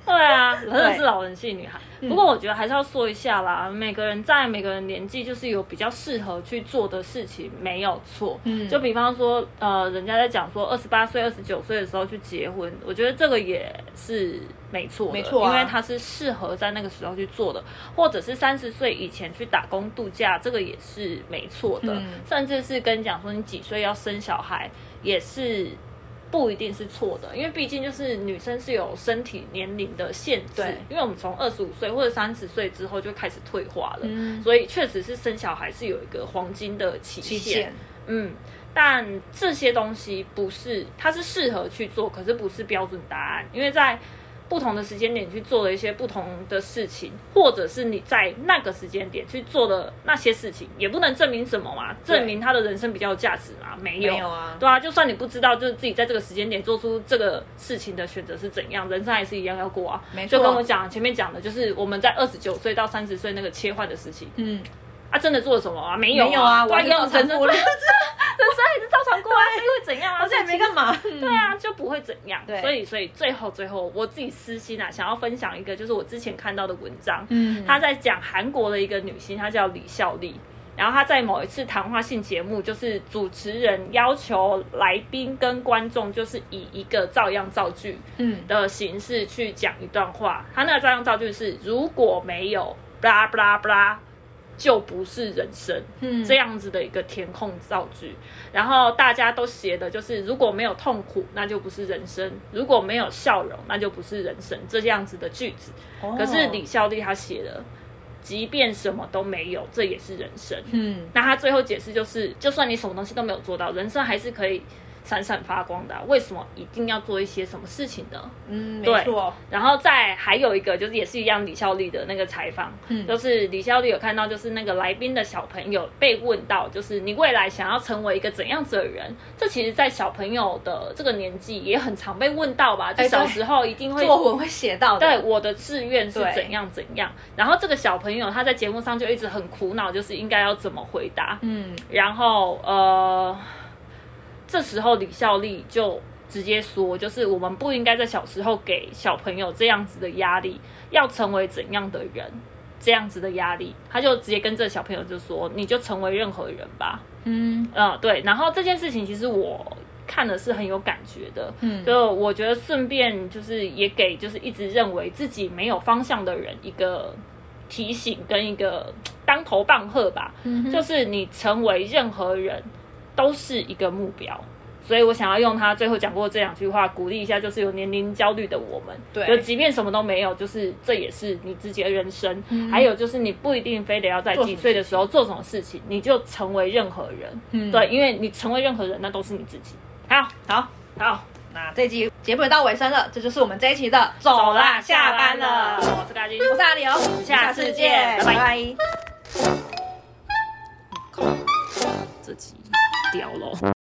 对啊，真的是老人系女孩。不过我觉得还是要说一下啦，每个人在每个人年纪就是有比较适合去做的事情，没有错。嗯，就比方说，呃，人家在讲说二十八岁、二十九岁的时候去结婚，我觉得这个也是没错的， 没错、啊， 因为它是适合在那个时候去做的，或者是三十岁以前去打工度假，这个也是没错的。嗯、甚至是跟你讲说你几岁要生小孩，也是。不一定是错的，因为毕竟就是女生是有身体年龄的限制，因为我们从二十五岁或者三十岁之后就开始退化了，嗯、所以确实是生小孩是有一个黄金的期限。期限嗯，但这些东西不是，它是适合去做，可是不是标准答案，因为在不同的时间点去做了一些不同的事情，或者是你在那个时间点去做的那些事情，也不能证明什么嘛？证明他的人生比较有价值嘛？没有， 没有啊， 对啊，就算你不知道，就是自己在这个时间点做出这个事情的选择是怎样，人生还是一样要过啊。 没错， 就跟我讲前面讲的，就是我们在二十九岁到三十岁那个切换的时期，嗯。啊，真的做了什么啊？没有啊， 没有啊，我还是照常过，人生还是照常过啊，所以会怎样啊？ 好像也没干嘛。 对啊，就不会怎样。对，所以所以最后最后，我自己私心啊，想要分享一个，就是我之前看到的文章，嗯，他在讲韩国的一个女星，她叫李孝利。然后她在某一次谈话性节目，就是主持人要求来宾跟观众，就是以一个照样造句的形式去讲一段话。她那个照样造句是：如果没有布拉布拉布拉。就不是人生，嗯，这样子的一个填空造句，然后大家都写的就是如果没有痛苦，那就不是人生；如果没有笑容，那就不是人生，这样子的句子。哦、可是李孝利他写的，即便什么都没有，这也是人生。嗯，那他最后解释就是，就算你什么东西都没有做到，人生还是可以闪闪发光的、啊，为什么一定要做一些什么事情呢？ 嗯，没错。 然后再还有一个就是也是一样李孝利的那个采访，嗯，就是李孝利有看到就是那个来宾的小朋友被问到，就是你未来想要成为一个怎样子的人？这其实在小朋友的这个年纪也很常被问到吧？就小时候一定会作文会写到的。 对，我的志愿是怎样怎样。然后这个小朋友他在节目上就一直很苦恼，就是应该要怎么回答。嗯，然后呃。这时候李孝利就直接说，就是我们不应该在小时候给小朋友这样子的压力，要成为怎样的人，这样子的压力，他就直接跟这个小朋友就说，你就成为任何人吧。嗯呃对，然后这件事情其实我看的是很有感觉的，嗯，就我觉得顺便就是也给就是一直认为自己没有方向的人一个提醒跟一个当头棒喝吧，嗯，就是你成为任何人都是一个目标，所以我想要用他最后讲过这两句话鼓励一下，就是有年龄焦虑的我们，对，就即便什么都没有，就是这也是你自己的人生。嗯、还有就是你不一定非得要在几岁的时候做什么事情，你就成为任何人。嗯，对，因为你成为任何人，那都是你自己。好，好，好， 那这集节目也到尾声了，这就是我们这一期的走啦，下班了。 我是嘎金， 我是阿里哦， 下次见，拜拜。 拜拜这集掉了。